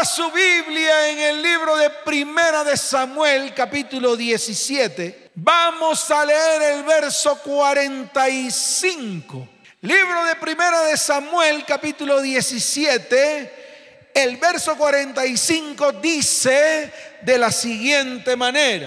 Abra su Biblia en el libro de Primera de Samuel, capítulo 17. Vamos a leer el verso 45. Libro de Primera de Samuel, capítulo 17. El verso 45 dice de la siguiente manera: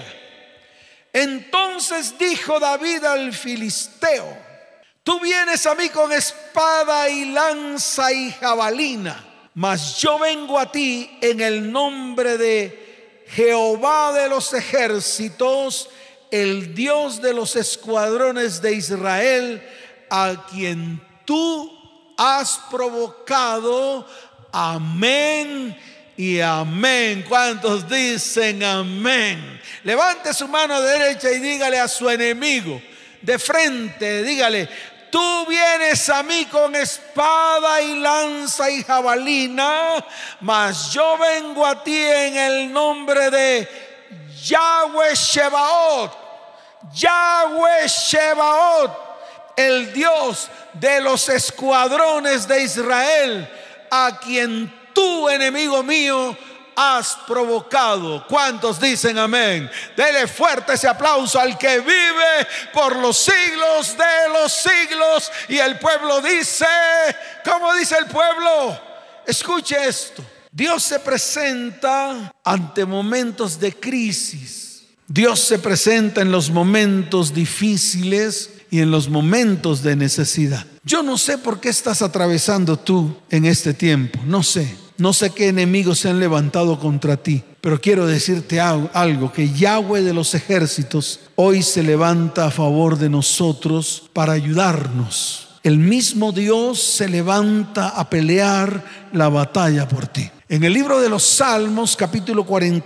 entonces dijo David al filisteo: tú vienes a mí con espada y lanza y jabalina, mas yo vengo a ti en el nombre de Jehová de los ejércitos, el Dios de los escuadrones de Israel, a quien tú has provocado. Amén y amén. ¿Cuántos dicen amén? Levante su mano derecha y dígale a su enemigo de frente, dígale: tú vienes a mí con espada y lanza y jabalina, mas yo vengo a ti en el nombre de Yahweh Shebaot. Yahweh Shebaot, el Dios de los escuadrones de Israel, a quien tú, enemigo mío, has provocado. ¿Cuántos dicen amén? Dele fuerte ese aplauso al que vive por los siglos de los siglos. Y el pueblo dice, ¿cómo dice el pueblo? Escuche esto: Dios se presenta ante momentos de crisis. Dios se presenta en los momentos difíciles y en los momentos de necesidad. Yo no sé por qué estás atravesando tú en este tiempo. No sé qué enemigos se han levantado contra ti, pero quiero decirte algo: que Yahweh de los ejércitos hoy se levanta a favor de nosotros para ayudarnos. El mismo Dios se levanta a pelear la batalla por ti. En el libro de los Salmos, capítulo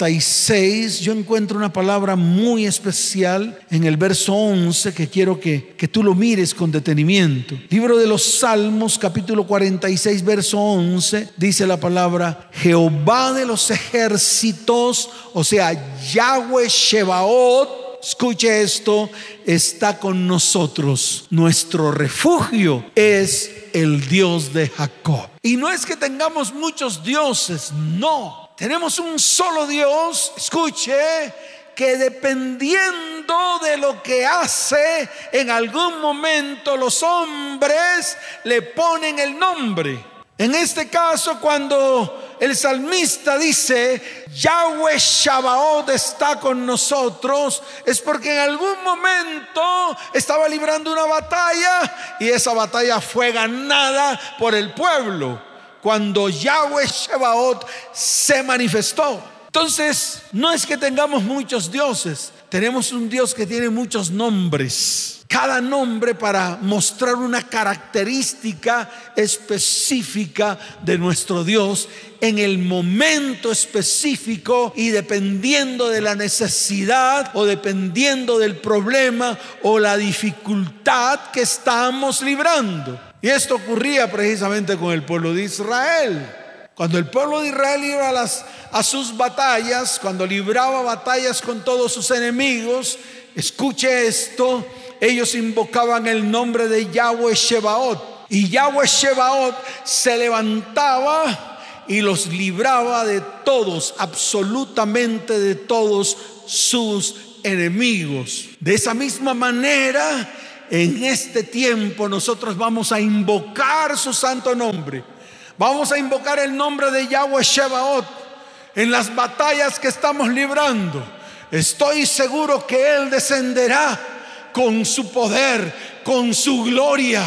46, yo encuentro una palabra muy especial en el verso 11 que quiero que tú lo mires con detenimiento. Libro de los Salmos, capítulo 46, verso 11, dice la palabra: Jehová de los ejércitos, o sea, Yahweh Shebaot, escuche esto, está con nosotros. Nuestro refugio es el Dios de Jacob. Y no es que tengamos muchos dioses, no. Tenemos un solo Dios, escuche, que dependiendo de lo que hace, en algún momento los hombres le ponen el nombre. En este caso, cuando el salmista dice Yahweh Shebaot está con nosotros, es porque en algún momento estaba librando una batalla y esa batalla fue ganada por el pueblo cuando Yahweh Shebaot se manifestó. Entonces, no es que tengamos muchos dioses, tenemos un Dios que tiene muchos nombres. Cada nombre para mostrar una característica específica de nuestro Dios en el momento específico, y dependiendo de la necesidad o dependiendo del problema o la dificultad que estamos librando. Y esto ocurría precisamente con el pueblo de Israel. Cuando el pueblo de Israel iba a sus batallas, cuando libraba batallas con todos sus enemigos, escuche esto: ellos invocaban el nombre de Yahweh Shebaot, y Yahweh Shebaot se levantaba y los libraba de todos, absolutamente de todos sus enemigos. De esa misma manera, en este tiempo nosotros vamos a invocar su santo nombre. Vamos a invocar el nombre de Yahweh Shebaot en las batallas que estamos librando. Estoy seguro que Él descenderá con su poder, con su gloria,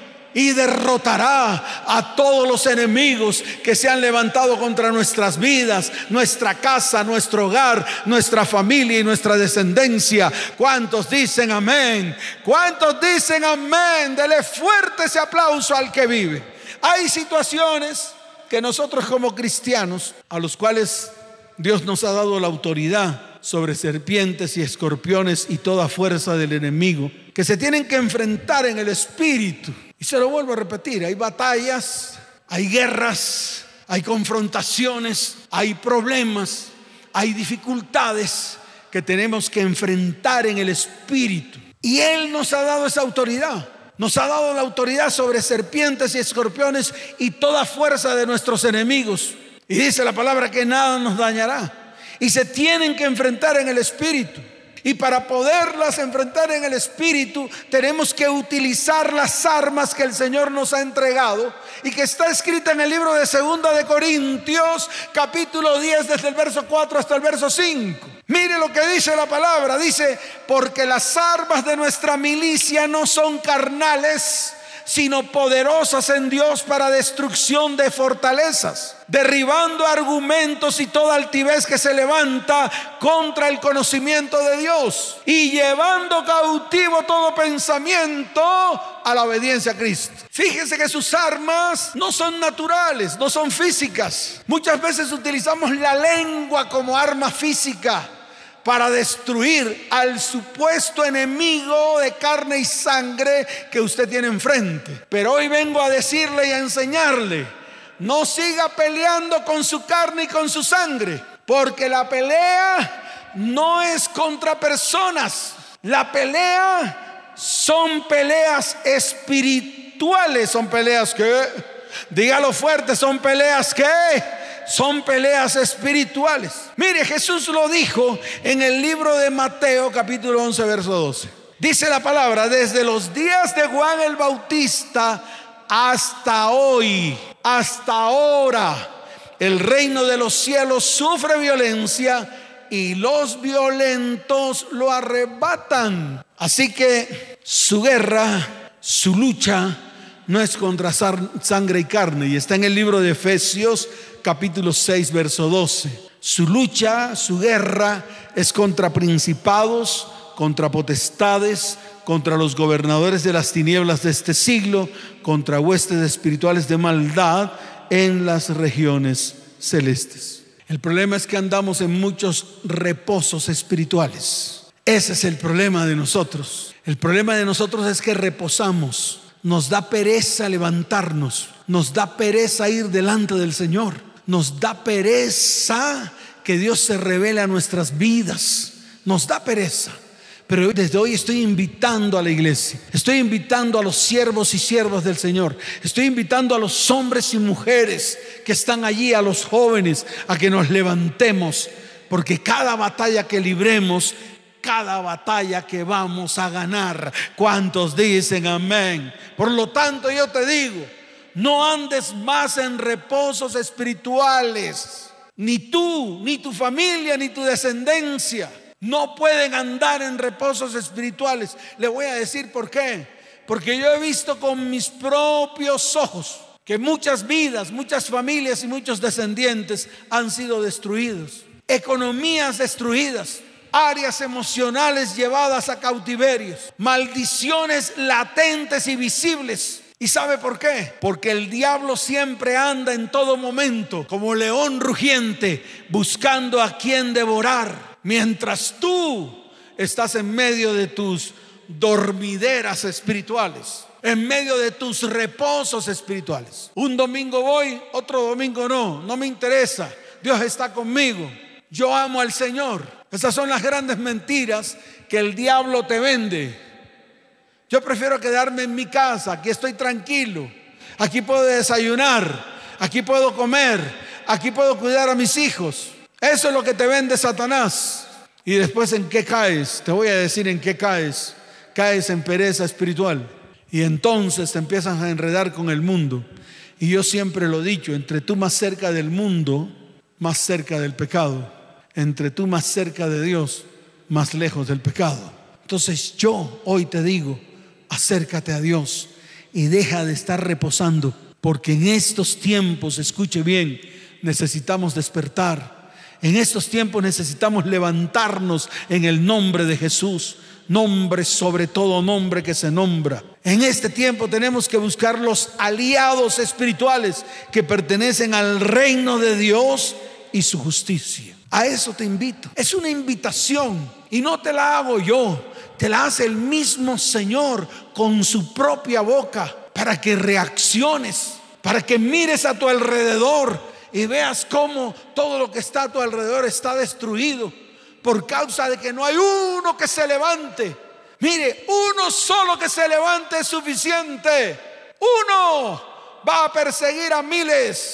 y derrotará a todos los enemigos que se han levantado contra nuestras vidas, nuestra casa, nuestro hogar, nuestra familia y nuestra descendencia. ¿Cuántos dicen amén? ¿Cuántos dicen amén? Dele fuerte ese aplauso al que vive. Hay situaciones que nosotros como cristianos, a los cuales Dios nos ha dado la autoridad sobre serpientes y escorpiones y toda fuerza del enemigo, que se tienen que enfrentar en el espíritu. Y se lo vuelvo a repetir: hay batallas, hay guerras, hay confrontaciones, hay problemas, hay dificultades que tenemos que enfrentar en el espíritu. Y Él nos ha dado esa autoridad. Nos ha dado la autoridad sobre serpientes y escorpiones y toda fuerza de nuestros enemigos. Y dice la palabra que nada nos dañará. Y se tienen que enfrentar en el espíritu. Y para poderlas enfrentar en el espíritu, tenemos que utilizar las armas que el Señor nos ha entregado y que está escrita en el libro de 2 de Corintios, capítulo 10, desde el verso 4 hasta el verso 5. Mire lo que dice la palabra. Dice: porque las armas de nuestra milicia no son carnales, sino poderosas en Dios para destrucción de fortalezas, derribando argumentos y toda altivez que se levanta contra el conocimiento de Dios, y llevando cautivo todo pensamiento a la obediencia a Cristo. Fíjense que sus armas no son naturales, no son físicas. Muchas veces utilizamos la lengua como arma física para destruir al supuesto enemigo de carne y sangre que usted tiene enfrente. Pero hoy vengo a decirle y a enseñarle: no siga peleando con su carne y con su sangre, porque la pelea no es contra personas. La pelea son peleas espirituales. Son peleas que, dígalo fuerte, son peleas que son peleas espirituales. Mire, Jesús lo dijo en el libro de Mateo, capítulo 11, verso 12. Dice la palabra: desde los días de Juan el Bautista hasta hoy, hasta ahora, el reino de los cielos sufre violencia y los violentos lo arrebatan. Así que su guerra, su lucha, no es contra sangre y carne. Y está en el libro de Efesios, capítulo 6, verso 12. Su lucha, su guerra es contra principados, contra potestades, contra los gobernadores de las tinieblas de este siglo, contra huestes espirituales de maldad en las regiones celestes. El problema es que andamos en muchos reposos espirituales. Ese es el problema de nosotros. El problema de nosotros es que reposamos. Nos da pereza levantarnos, nos da pereza ir delante del Señor, nos da pereza que Dios se revele a nuestras vidas, nos da pereza. Pero desde hoy estoy invitando a la iglesia, estoy invitando a los siervos y siervas del Señor, estoy invitando a los hombres y mujeres que están allí, a los jóvenes, a que nos levantemos, porque cada batalla que libremos, cada batalla que vamos a ganar. ¿Cuántos dicen amén? Por lo tanto, yo te digo: no andes más en reposos espirituales. Ni tú, ni tu familia, ni tu descendencia no pueden andar en reposos espirituales. Le voy a decir por qué. Porque yo he visto con mis propios ojos que muchas vidas, muchas familias y muchos descendientes han sido destruidos. Economías destruidas, áreas emocionales llevadas a cautiverios, maldiciones latentes y visibles. ¿Y sabe por qué? Porque el diablo siempre anda en todo momento como león rugiente, buscando a quien devorar, mientras tú estás en medio de tus dormideras espirituales, en medio de tus reposos espirituales. Un domingo voy, otro domingo no me interesa. Dios está conmigo, yo amo al Señor. Esas son las grandes mentiras que el diablo te vende. Yo prefiero quedarme en mi casa, aquí estoy tranquilo, aquí puedo desayunar, aquí puedo comer, aquí puedo cuidar a mis hijos. Eso es lo que te vende Satanás. Y después, ¿en qué caes? Te voy a decir en qué caes. Caes en pereza espiritual. Y entonces te empiezas a enredar con el mundo. Y yo siempre lo he dicho: entre tú más cerca del mundo, más cerca del pecado. Entre tú más cerca de Dios, más lejos del pecado. Entonces yo hoy te digo: acércate a Dios y deja de estar reposando, porque en estos tiempos, escuche bien, necesitamos despertar. En estos tiempos necesitamos levantarnos en el nombre de Jesús, nombre sobre todo nombre que se nombra. En este tiempo tenemos que buscar los aliados espirituales que pertenecen al reino de Dios y su justicia. A eso te invito. Es una invitación y no te la hago yo, te la hace el mismo Señor con su propia boca, para que reacciones, para que mires a tu alrededor y veas cómo todo lo que está a tu alrededor está destruido por causa de que no hay uno que se levante. Mire, uno solo que se levante es suficiente. Uno va a perseguir a miles.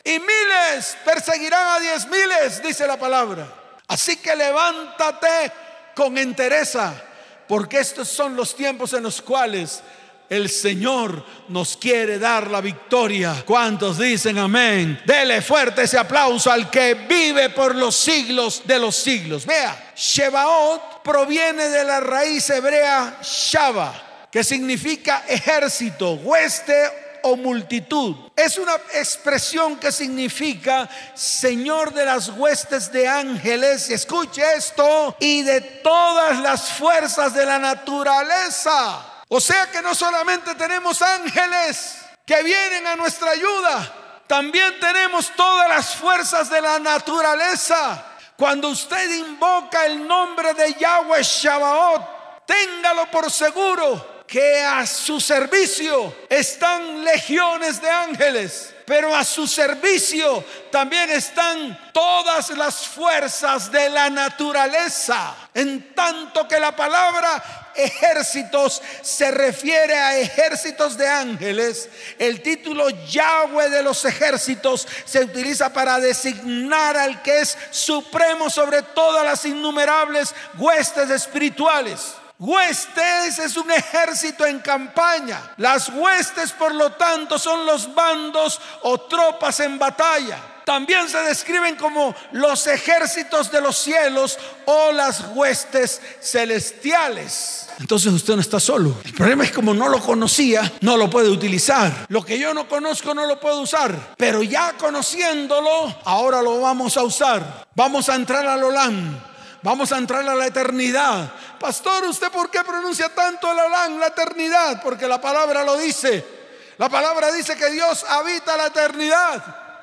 y miles perseguirán a 10,000, dice la palabra. Así que levántate con entereza, porque estos son los tiempos en los cuales el Señor nos quiere dar la victoria. ¿Cuántos dicen amén? Dele fuerte ese aplauso al que vive por los siglos de los siglos. Vea, Shebaot proviene de la raíz hebrea Shaba, que significa ejército, hueste o multitud. Es una expresión que significa Señor de las huestes de ángeles, escuche esto, y de todas las fuerzas de la naturaleza. O sea que no solamente tenemos ángeles que vienen a nuestra ayuda, también tenemos todas las fuerzas de la naturaleza. Cuando usted invoca el nombre de Yahweh Shabaot, téngalo por seguro que a su servicio están legiones de ángeles, pero a su servicio también están todas las fuerzas de la naturaleza. En tanto que la palabra ejércitos se refiere a ejércitos de ángeles, el título Yahweh de los ejércitos se utiliza para designar al que es supremo sobre todas las innumerables huestes espirituales. Huestes es un ejército en campaña. Las huestes, por lo tanto, son los bandos o tropas en batalla. También se describen como los ejércitos de los cielos o las huestes celestiales. Entonces usted no está solo. El problema es que como no lo conocía, no lo puede utilizar. Lo que yo no conozco no lo puedo usar, pero ya conociéndolo, ahora lo vamos a usar. Vamos a entrar al Olam. Vamos a entrar a la eternidad. Pastor, ¿usted por qué pronuncia tanto el Olam, la eternidad? Porque la palabra lo dice. La palabra dice que Dios habita la eternidad,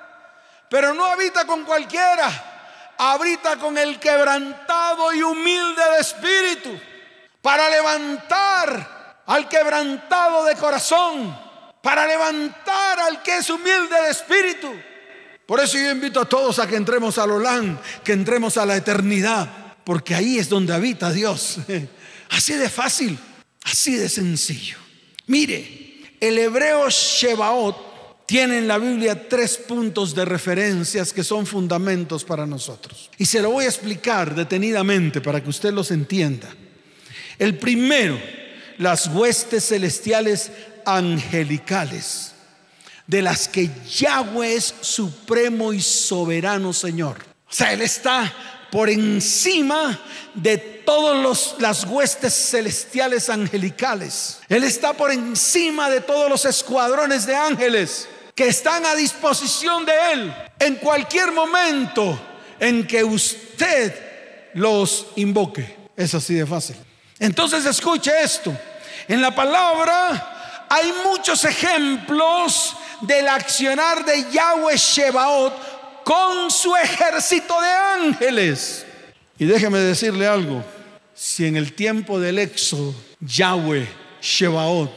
pero no habita con cualquiera. Habita con el quebrantado y humilde de espíritu, para levantar al quebrantado de corazón, para levantar al que es humilde de espíritu. Por eso yo invito a todos a que entremos al Olam, que entremos a la eternidad, porque ahí es donde habita Dios. Así de fácil, así de sencillo. Mire, el hebreo Shebaot tiene en la Biblia 3 puntos de referencias que son fundamentos para nosotros. Y se lo voy a explicar detenidamente para que usted los entienda. El primero, las huestes celestiales angelicales, de las que Yahweh es supremo y soberano Señor. O sea, Él está por encima de todas las huestes celestiales angelicales. Él está por encima de todos los escuadrones de ángeles que están a disposición de Él en cualquier momento en que usted los invoque. Es así de fácil. Entonces escuche esto. En la palabra hay muchos ejemplos del accionar de Yahweh Shebaot con su ejército de ángeles. Y déjeme decirle algo: si en el tiempo del Éxodo Yahweh Shebaot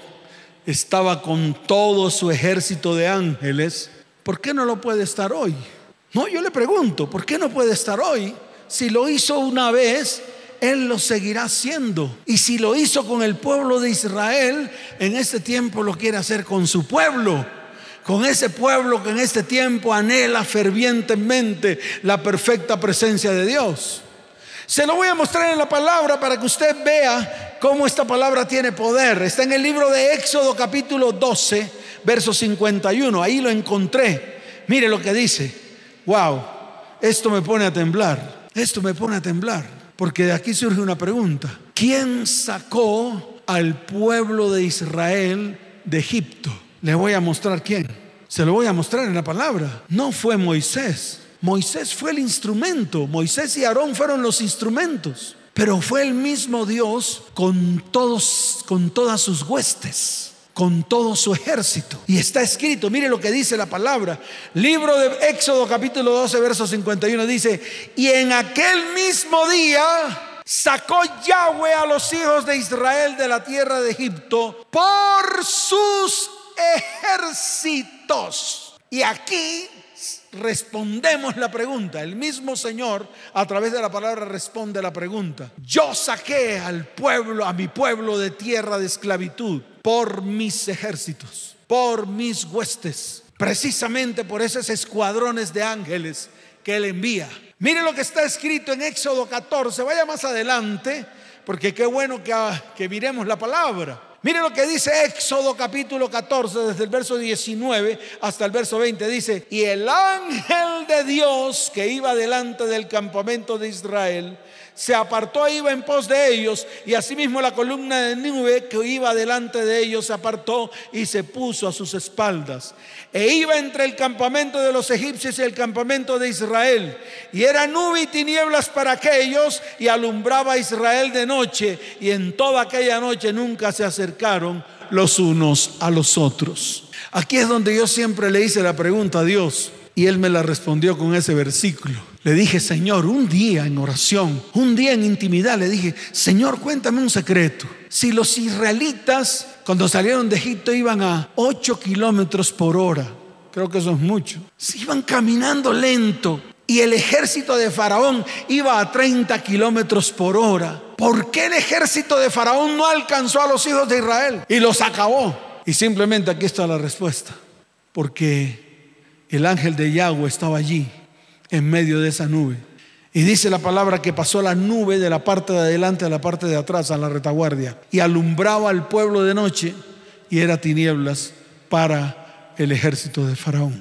estaba con todo su ejército de ángeles, ¿por qué no lo puede estar hoy? No, yo le pregunto, ¿por qué no puede estar hoy? Si lo hizo una vez, Él lo seguirá haciendo. Y si lo hizo con el pueblo de Israel, en este tiempo lo quiere hacer con su pueblo, con ese pueblo que en este tiempo anhela fervientemente la perfecta presencia de Dios. Se lo voy a mostrar en la palabra para que usted vea cómo esta palabra tiene poder. Está en el libro de Éxodo capítulo 12, verso 51. Ahí lo encontré. Mire lo que dice. Wow, esto me pone a temblar. Esto me pone a temblar. Porque de aquí surge una pregunta: ¿quién sacó al pueblo de Israel de Egipto? Le voy a mostrar quién. Se lo voy a mostrar en la palabra. No fue Moisés. Moisés fue el instrumento. Moisés y Aarón fueron los instrumentos. Pero fue el mismo Dios con todas sus huestes, con todo su ejército. Y está escrito, mire lo que dice la palabra. Libro de Éxodo capítulo 12, verso 51 dice: y en aquel mismo día sacó Yahweh a los hijos de Israel de la tierra de Egipto por sus ejércitos. Y aquí respondemos la pregunta. El mismo Señor a través de la palabra responde la pregunta. Yo saqué al pueblo, a mi pueblo de tierra de esclavitud por mis ejércitos, por mis huestes. precisamente por esos escuadrones de ángeles que Él envía. Mire lo que está escrito en Éxodo 14. Vaya más adelante, porque qué bueno que miremos la palabra. Mire lo que dice Éxodo capítulo 14, desde el verso 19 hasta el verso 20. Dice: y el ángel de Dios que iba delante del campamento de Israel se apartó e iba en pos de ellos, y asimismo la columna de nube que iba delante de ellos se apartó y se puso a sus espaldas, e iba entre el campamento de los egipcios y el campamento de Israel, y era nube y tinieblas para aquellos, y alumbraba a Israel de noche, y en toda aquella noche nunca se acercaron los unos a los otros. Aquí es donde yo siempre le hice la pregunta a Dios, y Él me la respondió con ese versículo. Le dije: Señor, un día en oración, un día en intimidad, le dije: Señor, cuéntame un secreto. Si los israelitas cuando salieron de Egipto iban a 8 kilómetros por hora, creo que eso es mucho, si iban caminando lento, y el ejército de Faraón iba a 30 kilómetros por hora, ¿por qué el ejército de Faraón no alcanzó a los hijos de Israel y los acabó? Y simplemente aquí está la respuesta: porque el ángel de Yahweh estaba allí en medio de esa nube. Y dice la palabra que pasó la nube de la parte de adelante a la parte de atrás, a la retaguardia, y alumbraba al pueblo de noche, y era tinieblas para el ejército de Faraón.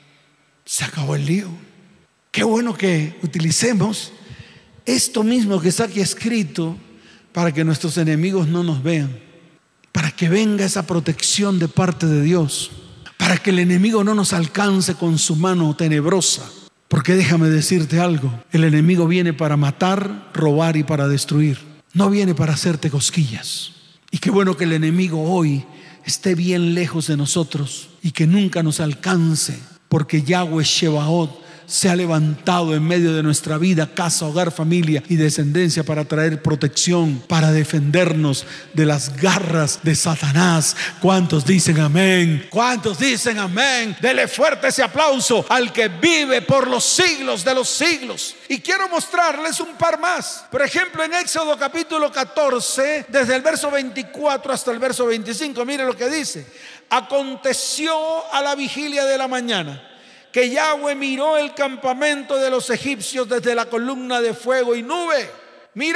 Se acabó el lío. Qué bueno que utilicemos esto mismo que está aquí escrito para que nuestros enemigos no nos vean, para que venga esa protección de parte de Dios, para que el enemigo no nos alcance con su mano tenebrosa. Porque déjame decirte algo: el enemigo viene para matar, robar y para destruir. No viene para hacerte cosquillas. Y qué bueno que el enemigo hoy esté bien lejos de nosotros y que nunca nos alcance, porque Yahweh Shebaot se ha levantado en medio de nuestra vida, casa, hogar, familia y descendencia, para traer protección, para defendernos de las garras de Satanás. ¿Cuántos dicen amén? ¿Cuántos dicen amén? Dele fuerte ese aplauso al que vive por los siglos de los siglos. Y quiero mostrarles un par más. Por ejemplo, en Éxodo capítulo 14, desde el verso 24 hasta el verso 25, mire lo que dice: aconteció a la vigilia de la mañana que Yahweh miró el campamento de los egipcios desde la columna de fuego y nube. Miró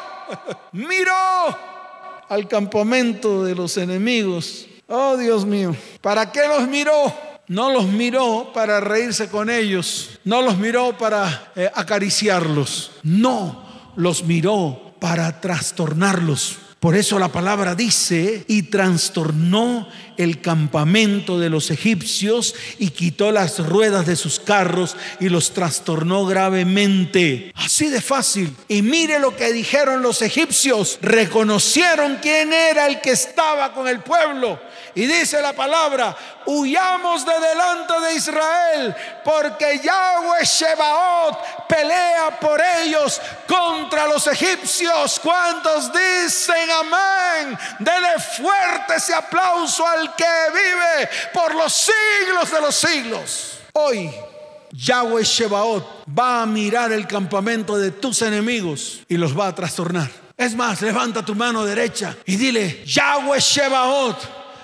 al campamento de los enemigos. Oh, Dios mío, ¿para qué los miró? No los miró para reírse con ellos, no los miró para acariciarlos, no, los miró para trastornarlos. Por eso la palabra dice: y trastornó el campamento de los egipcios y quitó las ruedas de sus carros y los trastornó gravemente. Así de fácil. Y mire lo que dijeron los egipcios. Reconocieron quién era el que estaba con el pueblo. Y dice la palabra: huyamos de delante de Israel, porque Yahweh Shebaot pelea por ellos contra los egipcios. ¿Cuántos dicen amén? Dele fuerte ese aplauso al que vive por los siglos de los siglos. Hoy Yahweh Shebaot va a mirar el campamento de tus enemigos y los va a trastornar. Es más, levanta tu mano derecha y dile: Yahweh Shebaot,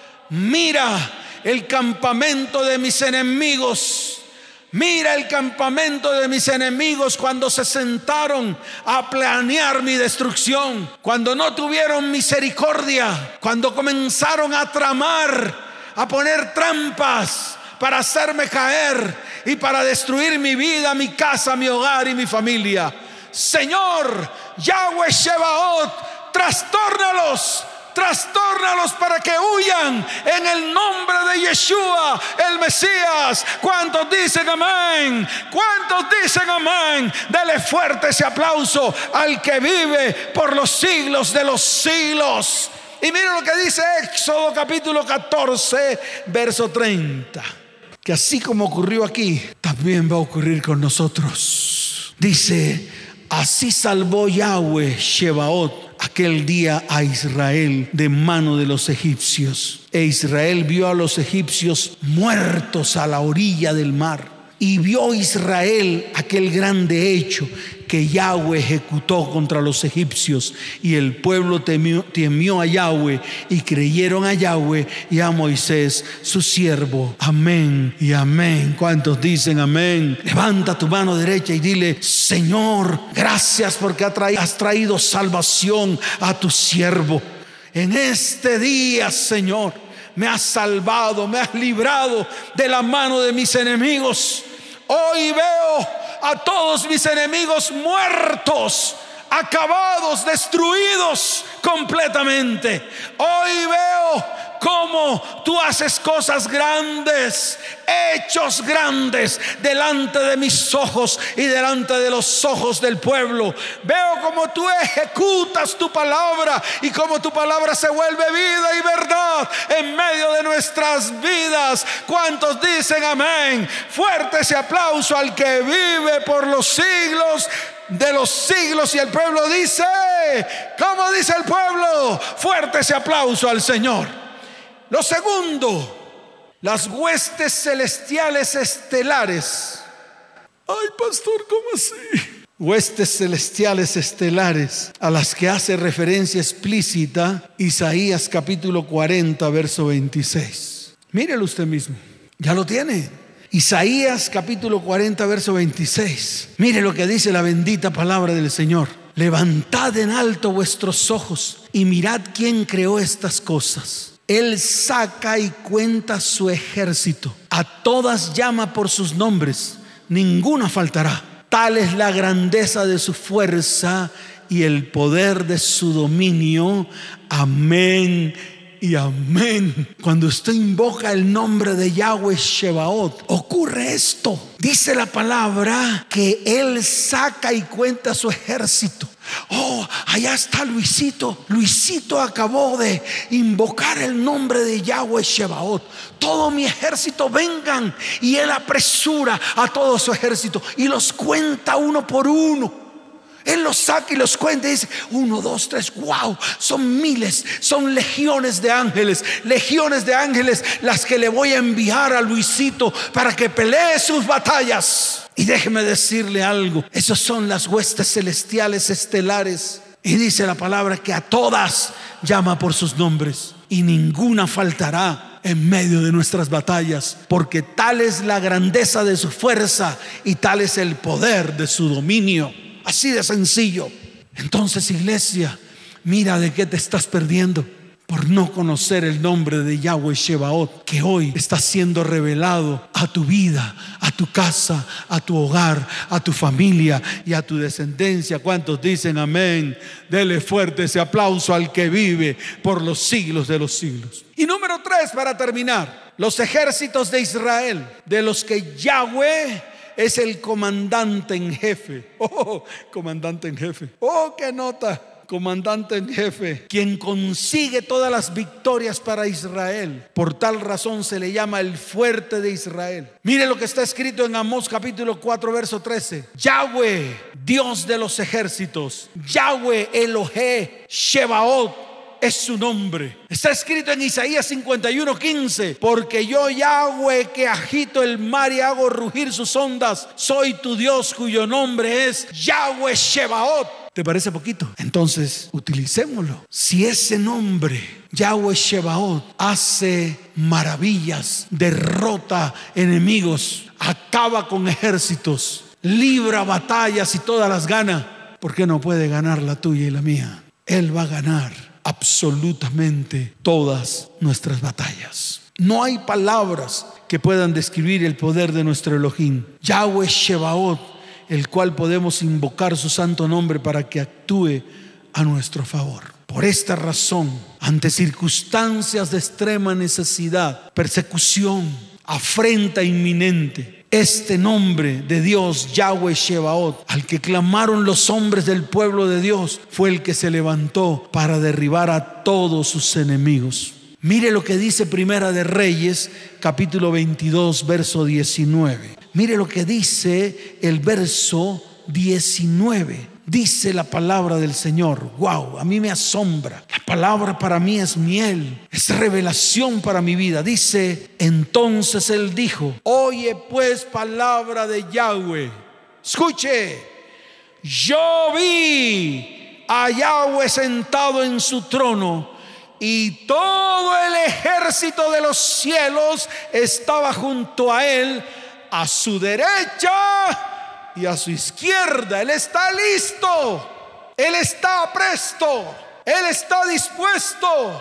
mira el campamento de mis enemigos. Mira el campamento de mis enemigos cuando se sentaron a planear mi destrucción, cuando no tuvieron misericordia, cuando comenzaron a tramar, a poner trampas para hacerme caer y para destruir mi vida, mi casa, mi hogar y mi familia. Señor, Yahweh Shebaot, trastórnalos para que huyan en el nombre de Yeshua, el Mesías. ¿Cuántos dicen amén? ¿Cuántos dicen amén? Dele fuerte ese aplauso al que vive por los siglos de los siglos. Y mire lo que dice Éxodo capítulo 14, verso 30. Que así como ocurrió aquí, también va a ocurrir con nosotros. Dice: así salvó Yahweh Shebaot aquel día a Israel de mano de los egipcios. E Israel vio a los egipcios muertos a la orilla del mar. Y vio Israel aquel grande hecho que Yahweh ejecutó contra los egipcios, y el pueblo temió a Yahweh y creyeron a Yahweh y a Moisés su siervo. Amén y amén. ¿Cuántos dicen amén? Levanta tu mano derecha y dile: Señor, gracias porque has traído salvación a tu siervo. En este día, Señor, me has salvado, me has librado de la mano de mis enemigos. Hoy veo a todos mis enemigos muertos, acabados, destruidos completamente. Hoy veo cómo tú haces cosas grandes, hechos grandes delante de mis ojos y delante de los ojos del pueblo. Veo cómo tú ejecutas tu palabra y cómo tu palabra se vuelve vida y verdad en medio de nuestras vidas. ¿Cuántos dicen amén? Fuerte ese aplauso al que vive por los siglos de los siglos. Y el pueblo dice, ¿cómo dice el pueblo? Fuerte ese aplauso al Señor. Lo segundo, las huestes celestiales estelares. Ay, pastor, ¿cómo así? Huestes celestiales estelares a las que hace referencia explícita Isaías capítulo 40 verso 26. Mírelo usted mismo, ya lo tiene. Isaías capítulo 40 verso 26. Mire lo que dice la bendita palabra del Señor: levantad en alto vuestros ojos y mirad quién creó estas cosas. Él saca y cuenta su ejército, a todas llama por sus nombres, ninguna faltará. Tal es la grandeza de su fuerza y el poder de su dominio. Amén y amén. Cuando usted invoca el nombre de Yahweh Shebaot, ocurre esto. Dice la palabra que Él saca y cuenta su ejército. Oh, allá está Luisito. Luisito acabó de invocar el nombre de Yahweh Shebaot. Todo mi ejército vengan. Y Él apresura a todo su ejército y los cuenta uno por uno. Él los saca y los cuenta y dice: 1, 2, 3, wow, son miles, son legiones de ángeles las que le voy a enviar a Luisito para que pelee sus batallas. Y déjeme decirle algo: esas son las huestes celestiales estelares. Y dice la palabra que a todas llama por sus nombres y ninguna faltará en medio de nuestras batallas, porque tal es la grandeza de su fuerza y tal es el poder de su dominio. Así de sencillo. Entonces, iglesia, mira de qué te estás perdiendo por no conocer el nombre de Yahweh Shebaot, que hoy está siendo revelado a tu vida, a tu casa, a tu hogar, a tu familia y a tu descendencia. ¿Cuántos dicen amén? Dele fuerte ese aplauso al que vive por los siglos de los siglos. Y número 3, para terminar, los ejércitos de Israel, de los que Yahweh es el comandante en jefe. Oh, comandante en jefe. Oh, qué nota. Comandante en jefe, quien consigue todas las victorias para Israel. Por tal razón se le llama el fuerte de Israel. Mire lo que está escrito en Amós capítulo 4 verso 13. Yahweh, Dios de los ejércitos, Yahweh Elohé Shebaot es su nombre. Está escrito en Isaías 51:15: porque yo, Yahweh, que agito el mar y hago rugir sus ondas, soy tu Dios cuyo nombre es Yahweh Shebaot. ¿Te parece poquito? Entonces utilicémoslo. Si ese nombre, Yahweh Shebaot, hace maravillas, derrota enemigos, acaba con ejércitos, libra batallas y todas las gana, ¿por qué no puede ganar la tuya y la mía? Él va a ganar absolutamente todas nuestras batallas. No hay palabras que puedan describir el poder de nuestro Elohim, Yahweh Shebaot, el cual podemos invocar su santo nombre para que actúe a nuestro favor. Por esta razón, ante circunstancias de extrema necesidad, persecución, afrenta inminente, este nombre de Dios, Yahweh Shebaot, al que clamaron los hombres del pueblo de Dios, fue el que se levantó para derribar a todos sus enemigos. Mire lo que dice Primera de Reyes, capítulo 22, verso 19. Mire lo que dice el verso 19 Dice la palabra del Señor. Wow, a mí me asombra. La palabra para mí es miel, es revelación para mi vida. Dice, entonces él dijo: oye pues palabra de Yahweh. Escuche, yo vi a Yahweh sentado en su trono, y todo el ejército de los cielos estaba junto a él, a su derecha y a su izquierda. Él está listo, Él está presto, Él está dispuesto.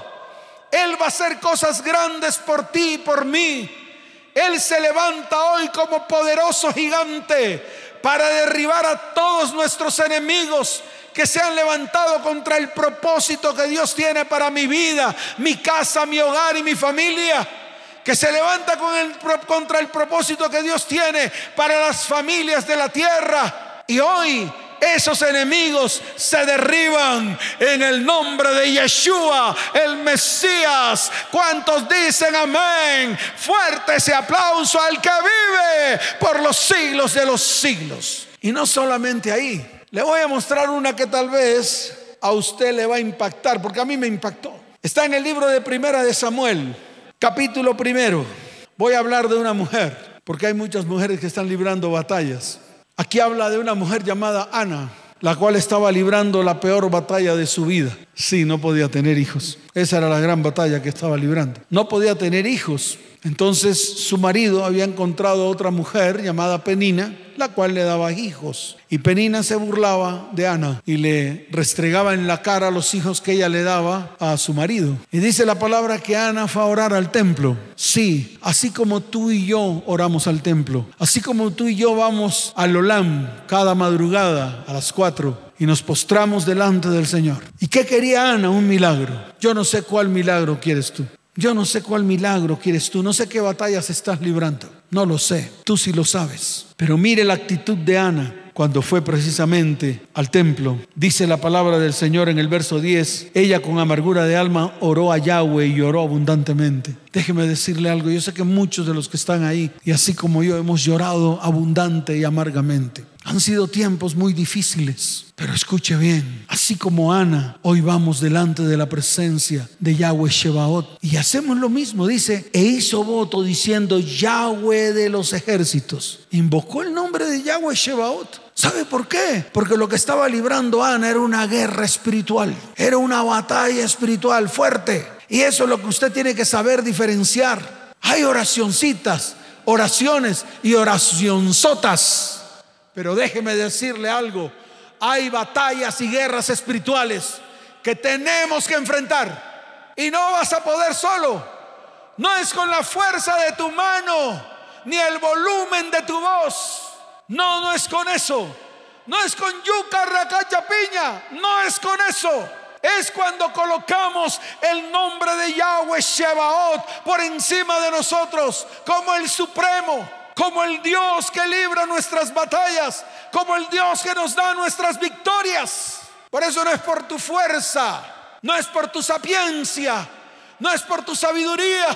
Él va a hacer cosas grandes por ti y por mí. Él se levanta hoy como poderoso gigante para derribar a todos nuestros enemigos que se han levantado contra el propósito que Dios tiene para mi vida, mi casa, mi hogar y mi familia. Que se levanta contra el propósito que Dios tiene para las familias de la tierra. Y hoy esos enemigos se derriban en el nombre de Yeshua, el Mesías. ¿Cuántos dicen amén? Fuerte ese aplauso al que vive por los siglos de los siglos. Y no solamente ahí. Le voy a mostrar una que tal vez a usted le va a impactar, porque a mí me impactó. Está en el libro de Primera de Samuel, capítulo 1. Voy a hablar de una mujer, porque hay muchas mujeres que están librando batallas. Aquí habla de una mujer llamada Ana, la cual estaba librando la peor batalla de su vida. Sí, no podía tener hijos. Esa era la gran batalla que estaba librando. No podía tener hijos. Entonces su marido había encontrado otra mujer llamada Penina, la cual le daba hijos. Y Penina se burlaba de Ana y le restregaba en la cara los hijos que ella le daba a su marido. Y dice la palabra que Ana fue a orar al templo. Sí, así como tú y yo oramos al templo, así como tú y yo vamos al Olam cada madrugada a las 4 y nos postramos delante del Señor. ¿Y qué quería Ana? Un milagro. Yo no sé cuál milagro quieres tú. Yo no sé cuál milagro quieres tú. No sé qué batallas estás librando. No lo sé. Tú sí lo sabes. Pero mire la actitud de Ana cuando fue precisamente al templo. Dice la palabra del Señor en el verso 10. Ella con amargura de alma oró a Yahweh y lloró abundantemente. Déjeme decirle algo. Yo sé que muchos de los que están ahí, y así como yo, hemos llorado abundante y amargamente. Han sido tiempos muy difíciles, pero escuche bien, así como Ana, hoy vamos delante de la presencia de Yahweh Shebaot y hacemos lo mismo. Dice, e hizo voto diciendo: Yahweh de los ejércitos. Invocó el nombre de Yahweh Shebaot. ¿Sabe por qué? Porque lo que estaba librando Ana era una guerra espiritual, era una batalla espiritual fuerte. Y eso es lo que usted tiene que saber diferenciar. Hay oracioncitas, oraciones y oracionzotas. Pero déjeme decirle algo, hay batallas y guerras espirituales que tenemos que enfrentar. Y no vas a poder solo. No es con la fuerza de tu mano, ni el volumen de tu voz. No, no es con eso. No es con yuca, racacha, piña. No es con eso. Es cuando colocamos el nombre de Yahweh Shebaot por encima de nosotros, como el supremo, como el Dios que libra nuestras batallas, como el Dios que nos da nuestras victorias. Por eso no es por tu fuerza, no es por tu sapiencia, no es por tu sabiduría,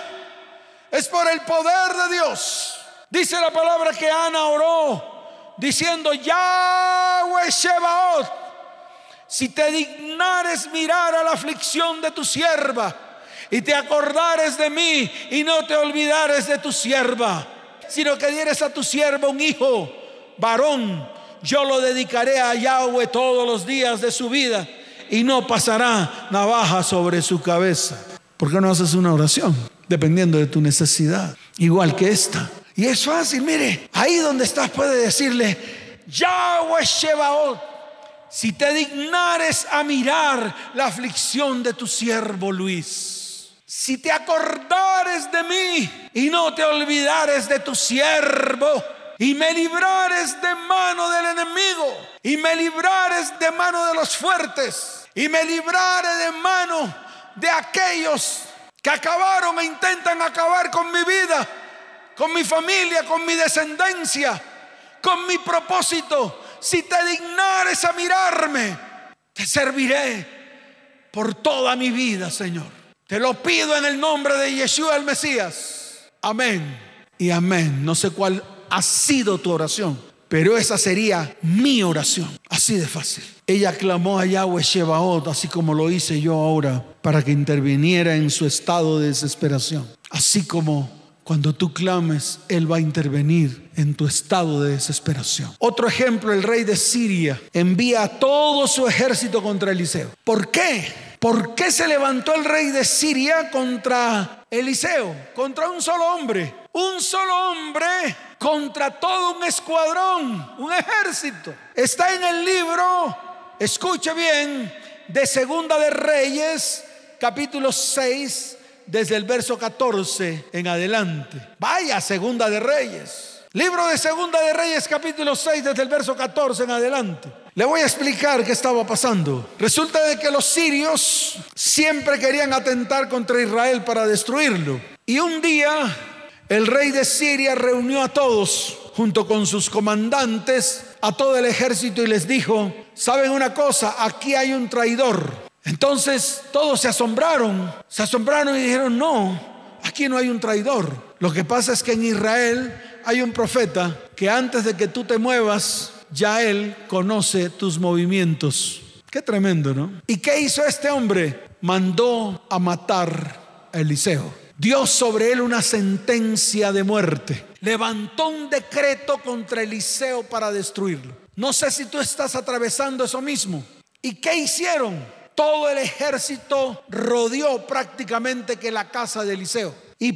es por el poder de Dios. Dice la palabra que Ana oró diciendo: Yahweh Shebaot, si te dignares mirar a la aflicción de tu sierva y te acordares de mí y no te olvidares de tu sierva, sino que dieres a tu sierva un hijo varón, yo lo dedicaré a Yahweh todos los días de su vida y no pasará navaja sobre su cabeza. ¿Por qué no haces una oración? Dependiendo de tu necesidad, igual que esta. Y es fácil, mire, ahí donde estás puede decirle: Yahweh Shebaot, si te dignares a mirar la aflicción de tu siervo Luis, si te acordares de mí y no te olvidares de tu siervo, y me librares de mano del enemigo, y me librares de mano de los fuertes, y me librare de mano de aquellos que acabaron e intentan acabar con mi vida, con mi familia, con mi descendencia, con mi propósito. Si te dignares a mirarme, te serviré por toda mi vida, Señor. Te lo pido en el nombre de Yeshua el Mesías. Amén y amén. No sé cuál ha sido tu oración, pero esa sería mi oración. Así Así de fácil. Ella clamó a Yahweh Shebaot, así como lo hice yo ahora, para que interviniera en su estado de desesperación. Así como cuando tú clames, Él va a intervenir en tu estado de desesperación. Otro ejemplo, el rey de Siria envía a todo su ejército contra Eliseo. ¿Por qué? ¿Por qué se levantó el rey de Siria contra Eliseo? Contra un solo hombre. Un solo hombre contra todo un escuadrón, un ejército. Está en el libro, escuche bien, de Segunda de Reyes, capítulo 6, desde el verso 14 en adelante. Vaya, Segunda de Reyes. Libro de Segunda de Reyes, capítulo 6, desde el verso 14 en adelante. Le voy a explicar qué estaba pasando. Resulta de que los sirios siempre querían atentar contra Israel para destruirlo. Y un día el rey de Siria reunió a todos, junto con sus comandantes, a todo el ejército, y les dijo: ¿saben una cosa? Aquí hay un traidor. Entonces todos se asombraron y dijeron: no, aquí no hay un traidor. Lo que pasa es que en Israel hay un profeta que antes de que tú te muevas, ya él conoce tus movimientos. Qué tremendo, ¿no? ¿Y qué hizo este hombre? Mandó a matar a Eliseo. Dio sobre él una sentencia de muerte. Levantó un decreto contra Eliseo para destruirlo. No sé si tú estás atravesando eso mismo. ¿Y qué hicieron? Todo el ejército rodeó prácticamente que la casa de Eliseo. Y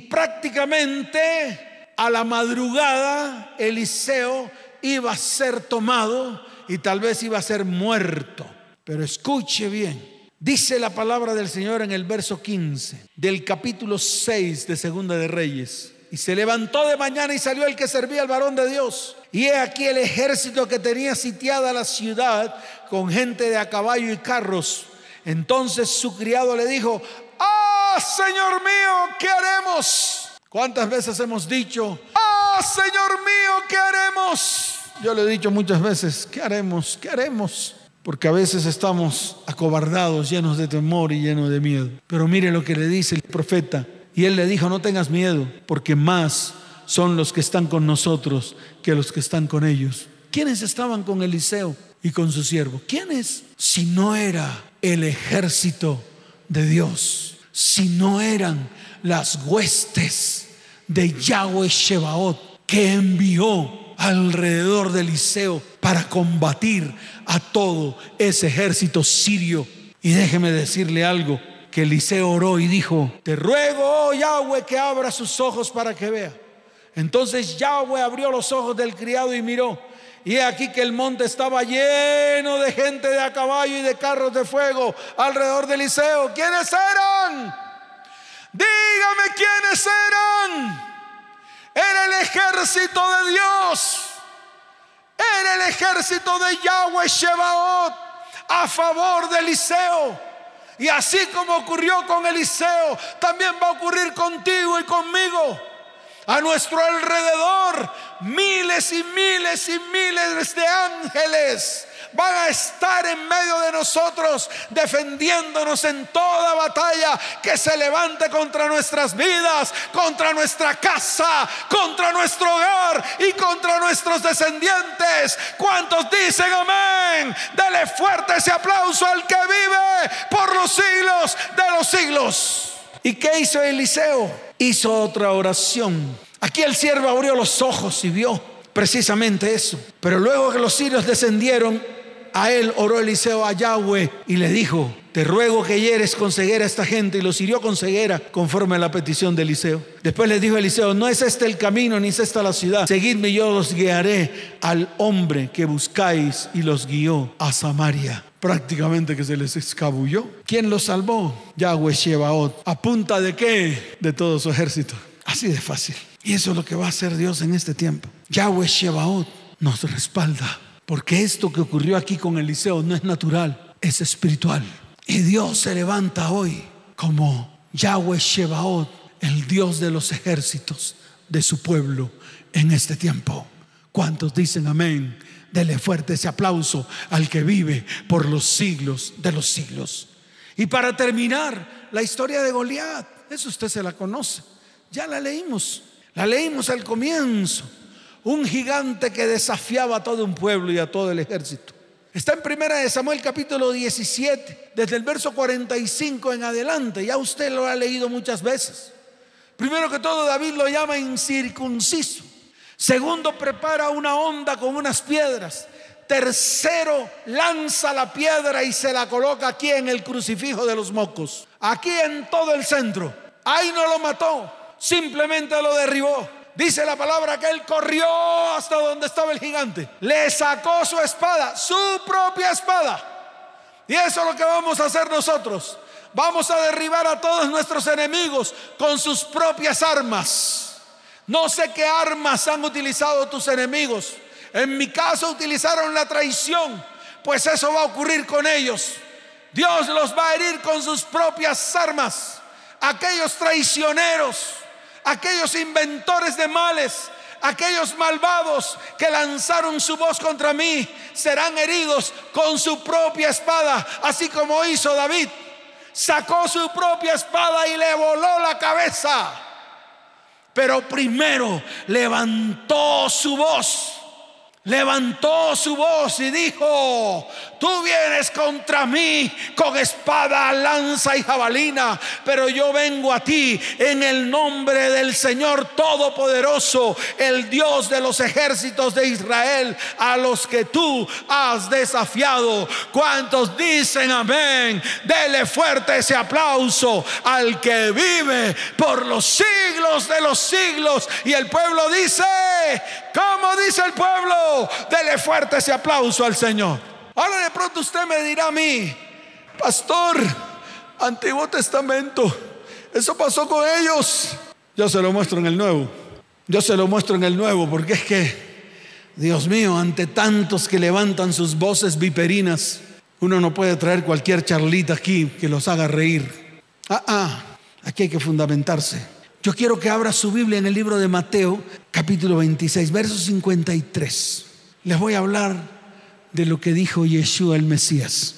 prácticamente a la madrugada Eliseo iba a ser tomado y tal vez iba a ser muerto. Pero escuche bien. Dice la palabra del Señor en el verso 15 del capítulo 6 de Segunda de Reyes: y se levantó de mañana y salió el que servía al varón de Dios. Y he aquí el ejército que tenía sitiada la ciudad con gente de a caballo y carros. Entonces su criado le dijo: ¡ah, Señor mío, qué haremos! ¿Cuántas veces hemos dicho: ¡ah, Señor mío, qué haremos! Yo le he dicho muchas veces: ¿qué haremos? ¿Qué haremos? Porque a veces estamos acobardados, llenos de temor y llenos de miedo. Pero mire lo que le dice el profeta. Y él le dijo: no tengas miedo, porque más son los que están con nosotros que los que están con ellos. ¿Quiénes estaban con Eliseo y con su siervo? ¿Quiénes? Si no era el ejército de Dios, si no eran las huestes de Yahweh Shebaot, que envió alrededor de Eliseo para combatir a todo ese ejército sirio. Y déjeme decirle algo, que Eliseo oró y dijo: te ruego, oh Yahweh, que abra sus ojos para que vea. Entonces Yahweh abrió los ojos del criado y miró, y he aquí que el monte estaba lleno de gente de a caballo y de carros de fuego alrededor de Eliseo. ¿Quiénes eran? Dígame quiénes eran. Era el ejército de Dios. Era el ejército de Yahweh Shebaot a favor de Eliseo. Y así como ocurrió con Eliseo, también va a ocurrir contigo y conmigo. A nuestro alrededor, miles y miles y miles de ángeles van a estar en medio de nosotros, defendiéndonos en toda batalla que se levante contra nuestras vidas, contra nuestra casa, contra nuestro hogar y contra nuestros descendientes. ¿Cuántos dicen amén? Dele fuerte ese aplauso al que vive por los siglos de los siglos. ¿Y qué hizo Eliseo? Hizo otra oración. Aquí el siervo abrió los ojos y vio precisamente eso. Pero luego que los sirios descendieron, a él oró Eliseo a Yahweh y le dijo: te ruego que hieres con ceguera a esta gente. Y los hirió con ceguera conforme a la petición de Eliseo. Después les dijo Eliseo: no es este el camino, ni es esta la ciudad. Seguidme y yo los guiaré al hombre que buscáis. Y los guió a Samaria. Prácticamente que se les escabulló. ¿Quién los salvó? Yahweh Shebaot. ¿A punta de qué? De todo su ejército. Así de fácil. Y eso es lo que va a hacer Dios en este tiempo. Yahweh Shebaot nos respalda. Porque esto que ocurrió aquí con Eliseo no es natural, es espiritual. Y Dios se levanta hoy como Yahweh Shebaot, el Dios de los ejércitos de su pueblo en este tiempo. ¿Cuántos dicen amén? Dele fuerte ese aplauso al que vive por los siglos de los siglos. Y para terminar, la historia de Goliat. Eso usted se la conoce. Ya la leímos al comienzo. Un gigante que desafiaba a todo un pueblo y a todo el ejército. Está en 1 Samuel capítulo 17, desde el verso 45 en adelante. Ya usted lo ha leído muchas veces. Primero que todo, David lo llama incircunciso. Segundo, prepara una honda con unas piedras. Tercero, lanza la piedra y se la coloca aquí en el crucifijo de los mocos, aquí en todo el centro. Ahí no lo mató, simplemente lo derribó. Dice la palabra que él corrió hasta donde estaba el gigante, le sacó su espada, su propia espada. Y eso es lo que vamos a hacer nosotros. Vamos a derribar a todos nuestros enemigos con sus propias armas. No sé qué armas han utilizado tus enemigos. En mi caso utilizaron la traición, pues eso va a ocurrir con ellos. Dios los va a herir con sus propias armas. Aquellos traicioneros, aquellos inventores de males, aquellos malvados que lanzaron su voz contra mí, serán heridos con su propia espada, así como hizo David. Sacó su propia espada y le voló la cabeza. Pero primero levantó su voz. Levantó su voz y dijo: tú vienes contra mí con espada, lanza y jabalina, pero yo vengo a ti en el nombre del Señor Todopoderoso, el Dios de los ejércitos de Israel, a los que tú has desafiado. ¿Cuántos dicen amén? Dele fuerte ese aplauso al que vive por los siglos de los siglos. Y el pueblo dice: ¿cómo dice el pueblo? Dele fuerte ese aplauso al Señor. Ahora de pronto usted me dirá a mí: pastor, Antiguo Testamento, eso pasó con ellos. Yo se lo muestro en el Nuevo. Yo se lo muestro en el Nuevo, porque es que, Dios mío, ante tantos que levantan sus voces viperinas, uno no puede traer cualquier charlita aquí que los haga reír. Aquí hay que fundamentarse. Yo quiero que abra su Biblia en el libro de Mateo, capítulo 26, verso 53. Les voy a hablar de lo que dijo Yeshua el Mesías.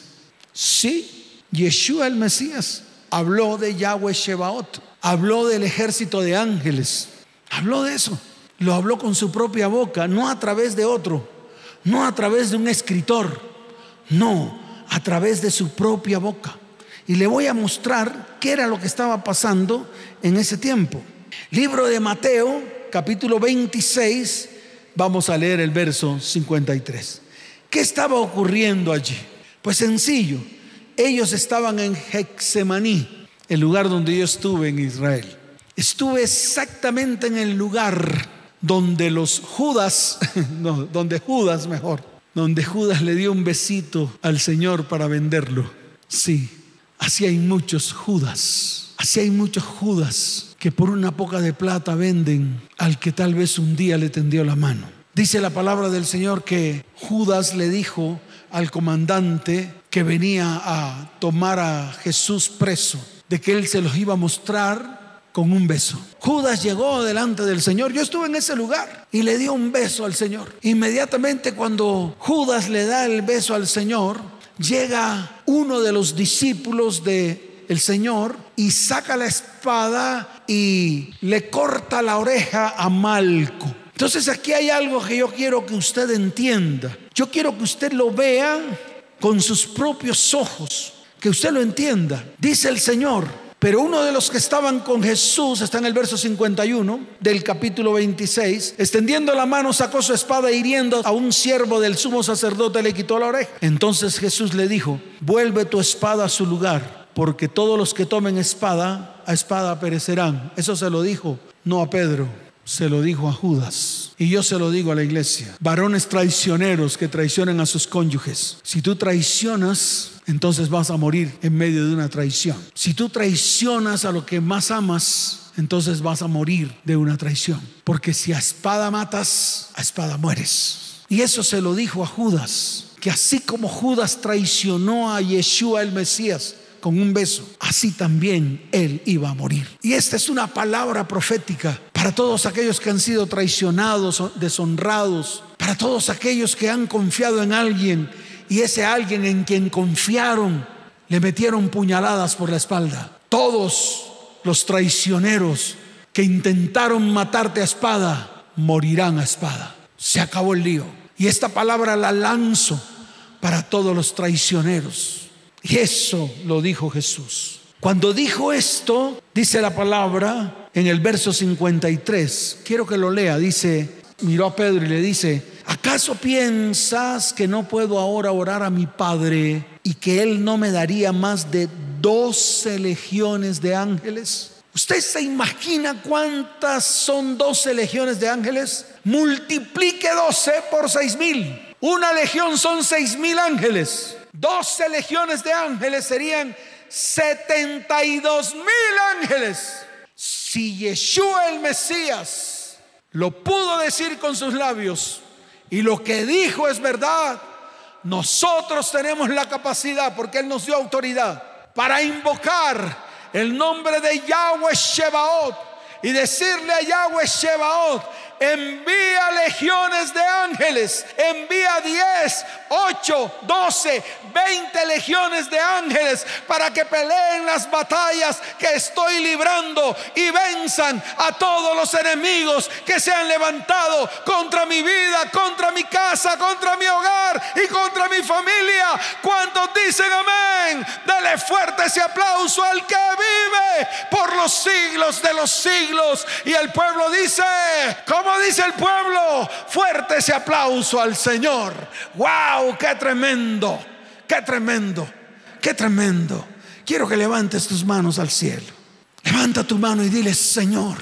Sí, Yeshua el Mesías habló de Yahweh Shebaot, habló del ejército de ángeles, habló de eso. Lo habló con su propia boca, no a través de otro, no a través de un escritor, no, a través de su propia boca. Y le voy a mostrar qué era lo que estaba pasando en ese tiempo. Libro de Mateo, capítulo 26, vamos a leer el verso 53. ¿Qué estaba ocurriendo allí? Pues sencillo, ellos estaban en Getsemaní, el lugar donde yo estuve en Israel. Estuve exactamente en el lugar donde Judas le dio un besito al Señor para venderlo. Sí. Así hay muchos Judas. Así hay muchos Judas que por una poca de plata venden al que tal vez un día le tendió la mano. Dice la palabra del Señor que Judas le dijo al comandante que venía a tomar a Jesús preso, de que él se los iba a mostrar con un beso. Judas llegó delante del Señor. Yo estuve en ese lugar y le dio un beso al Señor. Inmediatamente cuando Judas le da el beso al Señor, llega uno de los discípulos del Señor y saca la espada y le corta la oreja a Malco. Entonces aquí hay algo que yo quiero que usted entienda. Yo quiero que usted lo vea con sus propios ojos, que usted lo entienda. Dice el Señor: pero uno de los que estaban con Jesús, está en el verso 51 del capítulo 26, extendiendo la mano sacó su espada, hiriendo a un siervo del sumo sacerdote le quitó la oreja. Entonces Jesús le dijo: vuelve tu espada a su lugar, porque todos los que tomen espada, a espada perecerán. Eso se lo dijo no a Pedro, se lo dijo a Judas. Y yo se lo digo a la iglesia: varones traicioneros que traicionan a sus cónyuges, si tú traicionas, entonces vas a morir en medio de una traición. Si tú traicionas a lo que más amas, entonces vas a morir de una traición. Porque si a espada matas, a espada mueres. Y eso se lo dijo a Judas, que así como Judas traicionó a Yeshua el Mesías con un beso, así también él iba a morir. Y esta es una palabra profética para todos aquellos que han sido traicionados, deshonrados, para todos aquellos que han confiado en alguien y ese alguien en quien confiaron le metieron puñaladas por la espalda. Todos los traicioneros que intentaron matarte a espada morirán a espada. Se acabó el lío. Y esta palabra la lanzo para todos los traicioneros. Y eso lo dijo Jesús. Cuando dijo esto, dice la palabra en el verso 53, quiero que lo lea, dice, miró a Pedro y le dice: ¿acaso piensas que no puedo ahora orar a mi Padre y que Él no me daría más de 12 legiones de ángeles? ¿Usted se imagina cuántas son 12 legiones de ángeles? Multiplique 12 por 6,000. Una legión son 6,000 ángeles. 12 legiones de ángeles serían 72,000 ángeles. Si Yeshua el Mesías lo pudo decir con sus labios y lo que dijo es verdad, nosotros tenemos la capacidad, porque Él nos dio autoridad para invocar el nombre de Yahweh Shebaot y decirle a Yahweh Shebaot: envía legiones de ángeles, envía 10, 8, 12, 20 legiones de ángeles para que peleen las batallas que estoy librando y venzan a todos los enemigos que se han levantado contra mi vida, contra mi casa, contra mi hogar y contra mi familia. ¿Cuántos dicen amén? Dele fuerte ese aplauso al que vive por los siglos de los siglos. Y el pueblo dice, ¿cómo dice el pueblo? Fuerte ese aplauso al Señor. ¡Wow! ¡Qué tremendo! ¡Qué tremendo! ¡Qué tremendo! Quiero que levantes tus manos al cielo. Levanta tu mano y dile: Señor,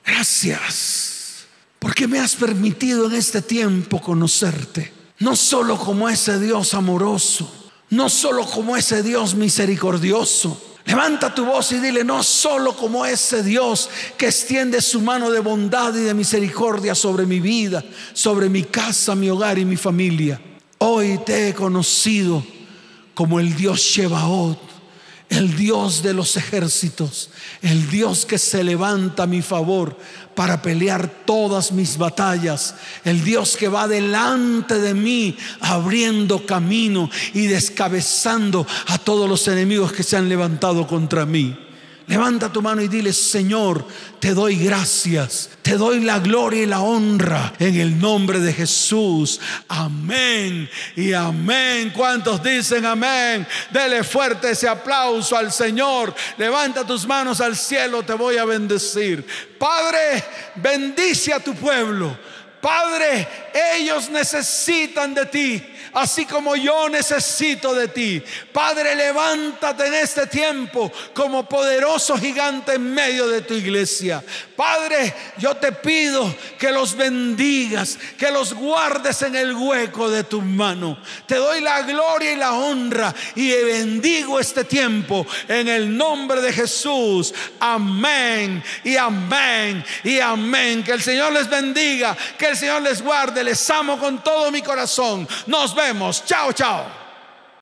gracias, porque me has permitido en este tiempo conocerte, no solo como ese Dios amoroso, no solo como ese Dios misericordioso. Levanta tu voz y dile: no solo como ese Dios que extiende su mano de bondad y de misericordia sobre mi vida, sobre mi casa, mi hogar y mi familia. Hoy te he conocido como el Dios Shebaot, el Dios de los ejércitos, el Dios que se levanta a mi favor para pelear todas mis batallas, el Dios que va delante de mí abriendo camino y descabezando a todos los enemigos que se han levantado contra mí. Levanta tu mano y dile: Señor, te doy gracias, te doy la gloria y la honra en el nombre de Jesús. Amén y amén. ¿Cuántos dicen amén? Dele fuerte ese aplauso al Señor. Levanta tus manos al cielo, te voy a bendecir. Padre, bendice a tu pueblo. Padre, ellos necesitan de ti, así como yo necesito de ti. Padre, levántate en este tiempo como poderoso gigante en medio de tu iglesia. Padre, yo te pido que los bendigas, que los guardes en el hueco de tu mano. Te doy la gloria y la honra y bendigo este tiempo en el nombre de Jesús. Amén y amén y amén. Que el Señor les bendiga, que el Señor les guarde. Les amo con todo mi corazón. Nos vemos. Chao, chao.